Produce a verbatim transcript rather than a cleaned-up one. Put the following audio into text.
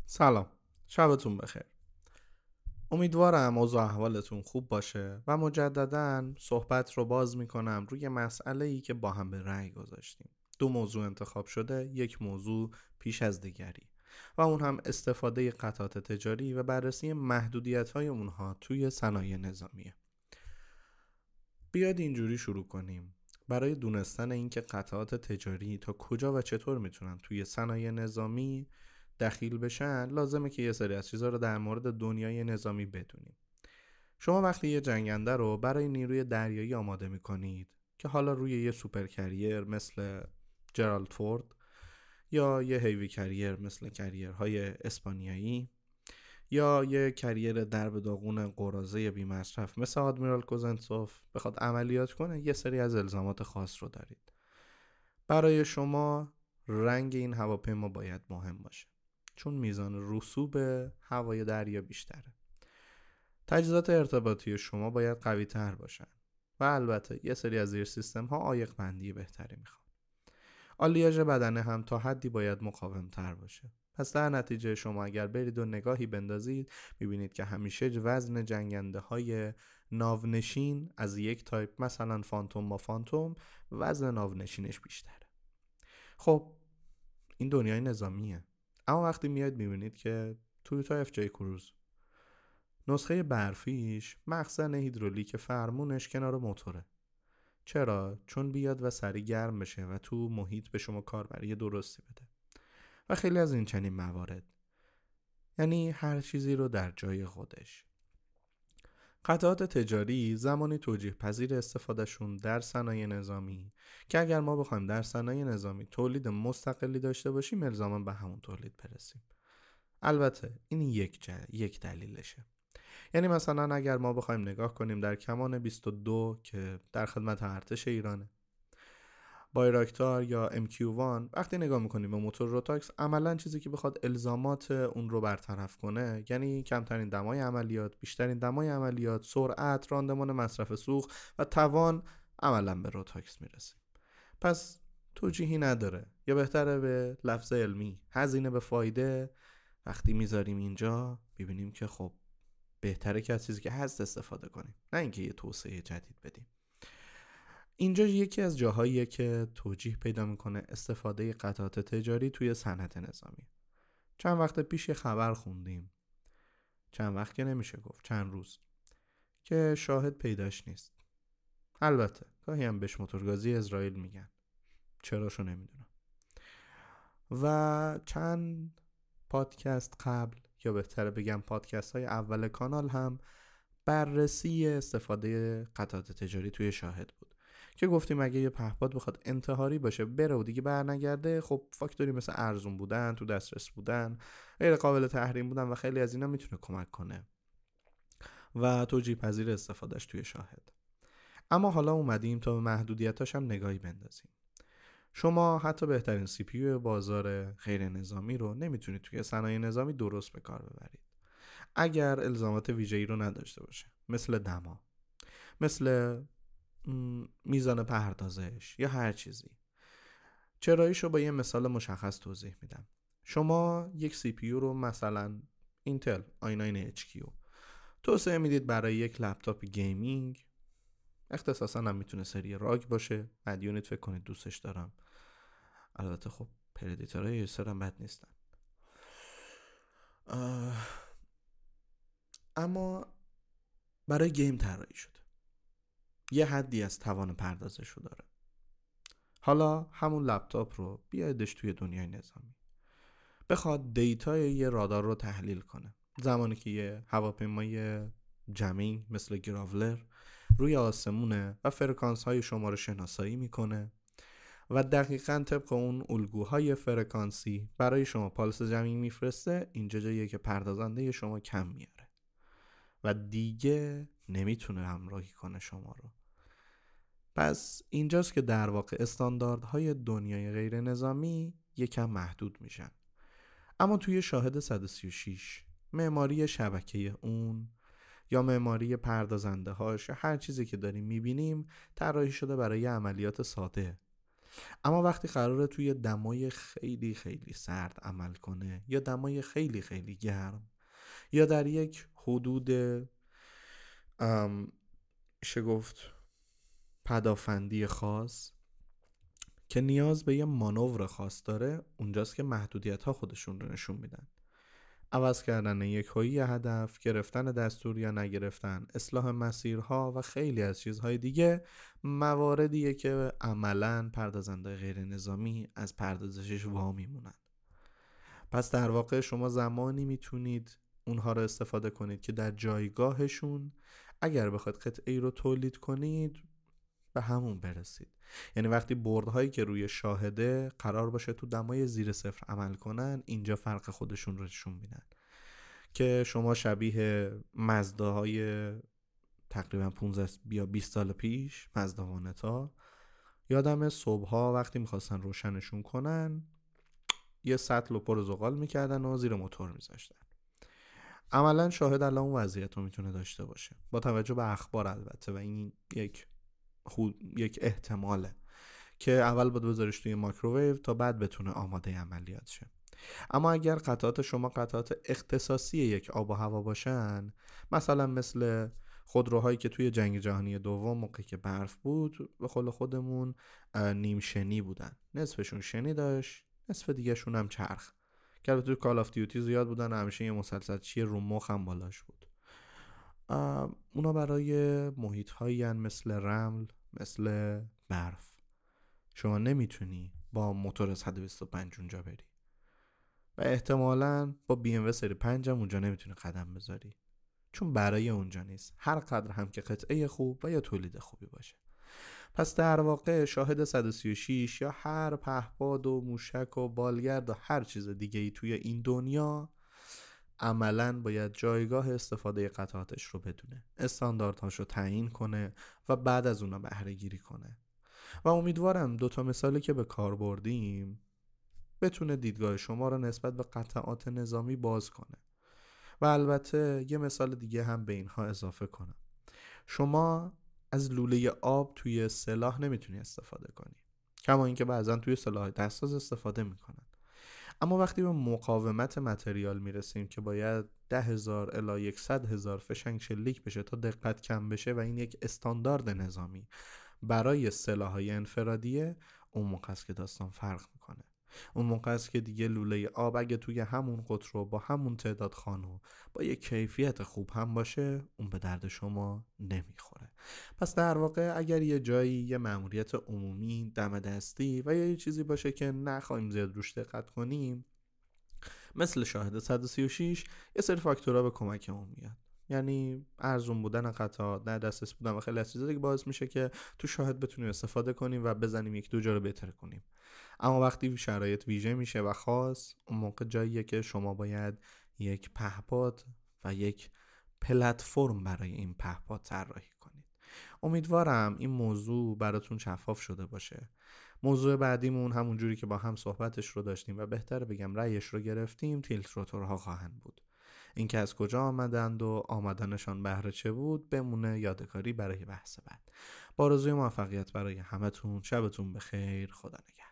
سلام، شبتون بخیر. امیدوارم اوضاع احوالتون خوب باشه و مجدداً صحبت رو باز میکنم روی مسئله‌ای که با هم به رأی گذاشتیم. دو موضوع انتخاب شده، یک موضوع پیش از دیگری و اون هم استفاده قطعات تجاری و بررسی محدودیت‌های اونها توی صنایع نظامیه. بیاد اینجوری شروع کنیم. برای دونستن اینکه قطعات تجاری تا کجا و چطور میتونن توی صنایع نظامی دخیل بشن، لازمه که یه سری از چیزا رو در مورد دنیای نظامی بدونیم. شما وقتی یه جنگنده رو برای نیروی دریایی آماده میکنید که حالا روی یه سوپر کریر مثل جرالد فورد یا یه هیوی کریر مثل کریرهای اسپانیایی یا یه کریر درب داغون قراضه بی مصرف مثل آدمیرال کوزنتسوف بخواد عملیات کنه، یه سری از الزامات خاص رو دارید. برای شما رنگ این هواپیما باید مهم باشه، چون میزان رسوب هوای دریا بیشتره. تجهیزات ارتباطی شما باید قوی تر باشن و البته یه سری از زیر سیستم ها عایق بندی بهتری میخوان. آلیاژ بدنه هم تا حدی باید مقاوم تر باشه. پس در نتیجه شما اگر برید و نگاهی بندازید، میبینید که همیشه وزن جنگنده های ناونشین از یک تایپ مثلا فانتوم با فانتوم وزن ناونشینش بیشتره. خب این دنیای نظامیه. اما وقتی میاد میبینید که تویوتا اف جی کروز نسخه برفیش مخزن هیدرولیک فرمونش کنار موتوره. چرا؟ چون بیاد و سریع گرم بشه و تو محیط به شما کاربری درستی بده و خیلی از این چنین موارد. یعنی هر چیزی رو در جای خودش. قطعات تجاری زمانی توجیه پذیر استفادهشون در صنایع نظامی که اگر ما بخوایم در صنایع نظامی تولید مستقلی داشته باشیم، الزاما به همون تولید برسیم. البته این یک جل... یک دلیلشه. یعنی مثلا اگر ما بخوایم نگاه کنیم در کمان بیست و دو که در خدمت ارتش ایرانه، بایراکتار یا ام کیو وان، وقتی نگاه میکنیم به موتور روتاکس، عملا چیزی که بخواد الزامات اون رو برطرف کنه، یعنی کمترین دمای عملیات، بیشترین دمای عملیات، سرعت، راندمان مصرف سوخت و توان، عملا به روتاکس میرسیم. پس توجیهی نداره، یا بهتره به لفظ علمی هزینه به فایده وقتی میذاریم اینجا، ببینیم که خب بهتره که از چیزی که هست استفاده کنیم، نه اینکه یه توسعه جدید بدیم. اینجا یکی از جاهاییه که توجیه پیدا میکنه استفاده قطعات تجاری توی صنعت نظامی. چند وقت پیش یه خبر خوندیم، چند وقت که نمیشه گفت، چند روز، که شاهد پیداش نیست. البته گاهی هم بهش موتورگازی اسرائیل میگن، چراشو نمیدونم. و چند پادکست قبل، یا بهتره بگم پادکست های اول کانال، هم بررسی استفاده قطعات تجاری توی شاهد بود که گفتیم اگه یه پهپاد بخواد انتحاری باشه بره و دیگه برنگرده، خب فاکتوری مثل ارزون بودن، تو دسترس بودن، غیر قابل تحریم بودن و خیلی از اینا میتونه کمک کنه و توجیه پذیر استفادهش توی شاهد. اما حالا اومدیم تا به محدودیتاش هم نگاهی بندازیم. شما حتی بهترین سی پی یو بازار غیر نظامی رو نمیتونید توی صنایع نظامی درست به کار ببرید اگر الزامات ویژه‌ای رو نداشته باشه، مثل دما، مثل میزان پردازش یا هر چیزی. چراییشو با یه مثال مشخص توضیح میدم. شما یک سی پی یو رو مثلا اینتل آی ناین اچ کیو توسعه میدید برای یک لپتاپ گیمینگ، اختصاصا هم میتونه سری راگ باشه، مدیونیت فکر کنید دوستش دارم. البته خب پردیتورهای ایسر هم بد نیستن. اما برای گیم طراحی شده، یه حدی از توان پردازش رو داره. حالا همون لپتاپ رو بیایدش توی دنیای نظامی، بخواد دیتای یه رادار رو تحلیل کنه، زمانی که یه هواپیمای جمینگ مثل گراولر روی آسمونه و فرکانس های شما رو شناسایی میکنه و دقیقاً طبق اون الگوهای فرکانسی برای شما پالس جمینگ میفرسته، اینجا جاییه که پردازنده شما کم میاره و دیگه نمیتونه همراهی کنه شما رو. پس اینجاست که در واقع استانداردهای دنیای غیر نظامی یکم محدود میشن. اما توی شاهد صد و سی و شش، معماری شبکه اون یا معماری پردازنده هاش یا هر چیزی که داریم میبینیم طراحی شده برای عملیات ساده اما وقتی قراره توی دمای خیلی خیلی سرد عمل کنه یا دمای خیلی خیلی گرم یا در یک حدود ام، میشه گفت پدافندی خاص که نیاز به یه مانور خاص داره، اونجاست که محدودیت ها خودشون رو نشون میدن. عوض کردن یکهایی هدف، گرفتن دستور یا نگرفتن، اصلاح مسیرها و خیلی از چیزهای دیگه مواردیه که عملاً پردازنده غیر نظامی از پردازشش وامی مونن. پس در واقع شما زمانی میتونید اونها رو استفاده کنید که در جایگاهشون اگر بخواید قطعی رو تولید کنید به همون برسید. یعنی وقتی بردهایی که روی شاهده قرار باشه تو دمای زیر صفر عمل کنن، اینجا فرق خودشون رو نشون میدن که شما شبیه مزداهای تقریبا پانزده یا بیست سال پیش، مزدا وانتا، یادم صبحها وقتی میخواستن روشنشون کنن یه سطل و پر زغال میکردن و زیر موتور میذاشتن. عملا شاهد الان اون وضعیت رو میتونه داشته باشه با توجه به اخبار البته، و این یک خود یک احتماله که اول باید بذارش توی مایکروویو تا بعد بتونه آماده عملیات شه. اما اگر قطعات شما قطعات اختصاصی یک آب و هوا باشن، مثلا مثل خودروهایی که توی جنگ جهانی دوم موقعی که برف بود به قول خودمون نیم شنی بودن، نصفشون شنی داشت نصف دیگه شون هم چرخ، که البته توی کال آف دیوتی زیاد بودن، همیشه یه مسلسل چیه رو مخ هم بالاش بود. اونا برای محیط هایی هن مثل رمل، مثل برف. شما نمیتونی با موتور صد و بیست و پنج اونجا بری و احتمالاً با بی ام و سری پنج هم اونجا نمیتونی قدم بذاری، چون برای اونجا نیست، هر قدر هم که قطعه خوب و یا تولید خوبی باشه. پس در واقع شاهد صد و سی و شش یا هر پهپاد و موشک و بالگرد و هر چیز دیگه ای توی این دنیا عملاً باید جایگاه استفاده قطعاتش رو بدونه، استانداردهاش رو تعیین کنه و بعد از اونا بهره گیری کنه. و امیدوارم دوتا مثالی که به کار بردیم بتونه دیدگاه شما رو نسبت به قطعات نظامی باز کنه. و البته یه مثال دیگه هم به اینها اضافه کنم. شما از لوله آب توی سلاح نمیتونی استفاده کنی، کما اینکه بعضن توی سلاح دستساز استفاده میکنن. اما وقتی به مقاومت متریال میرسیم که باید ده هزار الی صد هزار فشنگ شلیک بشه تا دقت کم بشه و این یک استاندارد نظامی برای سلاح‌های انفرادیه، اون موقع است که داستان فرق میکنه. اون موقع است که دیگه لوله آب اگه توی همون قطر و با همون تعداد خانو با یک کیفیت خوب هم باشه، اون به درد شما نمیخوره. پس در واقع اگر یه جایی یه مأموریت عمومی دم دستی و یا یه چیزی باشه که نخواهیم زیاد روش دقت کنیم، مثل شاهد صد و سی و شش، یه سری فاکتورها به کمکمون میاد. یعنی ارزون بودن قطعات، نه دسترس بودن و خیلی از چیزا دیگه باعث میشه که تو شاهد بتونیم استفاده کنیم و بزنیم یک دو جا رو بهتر کنیم. اما وقتی شرایط ویژه میشه و خاص، اون موقع جاییه که شما باید یک پهپاد و یک پلتفرم برای این پهپاد طراحی کنید. امیدوارم این موضوع براتون شفاف شده باشه. موضوع بعدیمون همون جوری که با هم صحبتش رو داشتیم و بهتر بگم رأیش رو گرفتیم، تیلت روتورها خواهند بود. این که از کجا آمدند و آمدنشان بهره چه بود بمونه یادگاری برای بحث بعد. با آرزوی موفقیت برای همتون. شبتون بخیر. خدا نگهدار.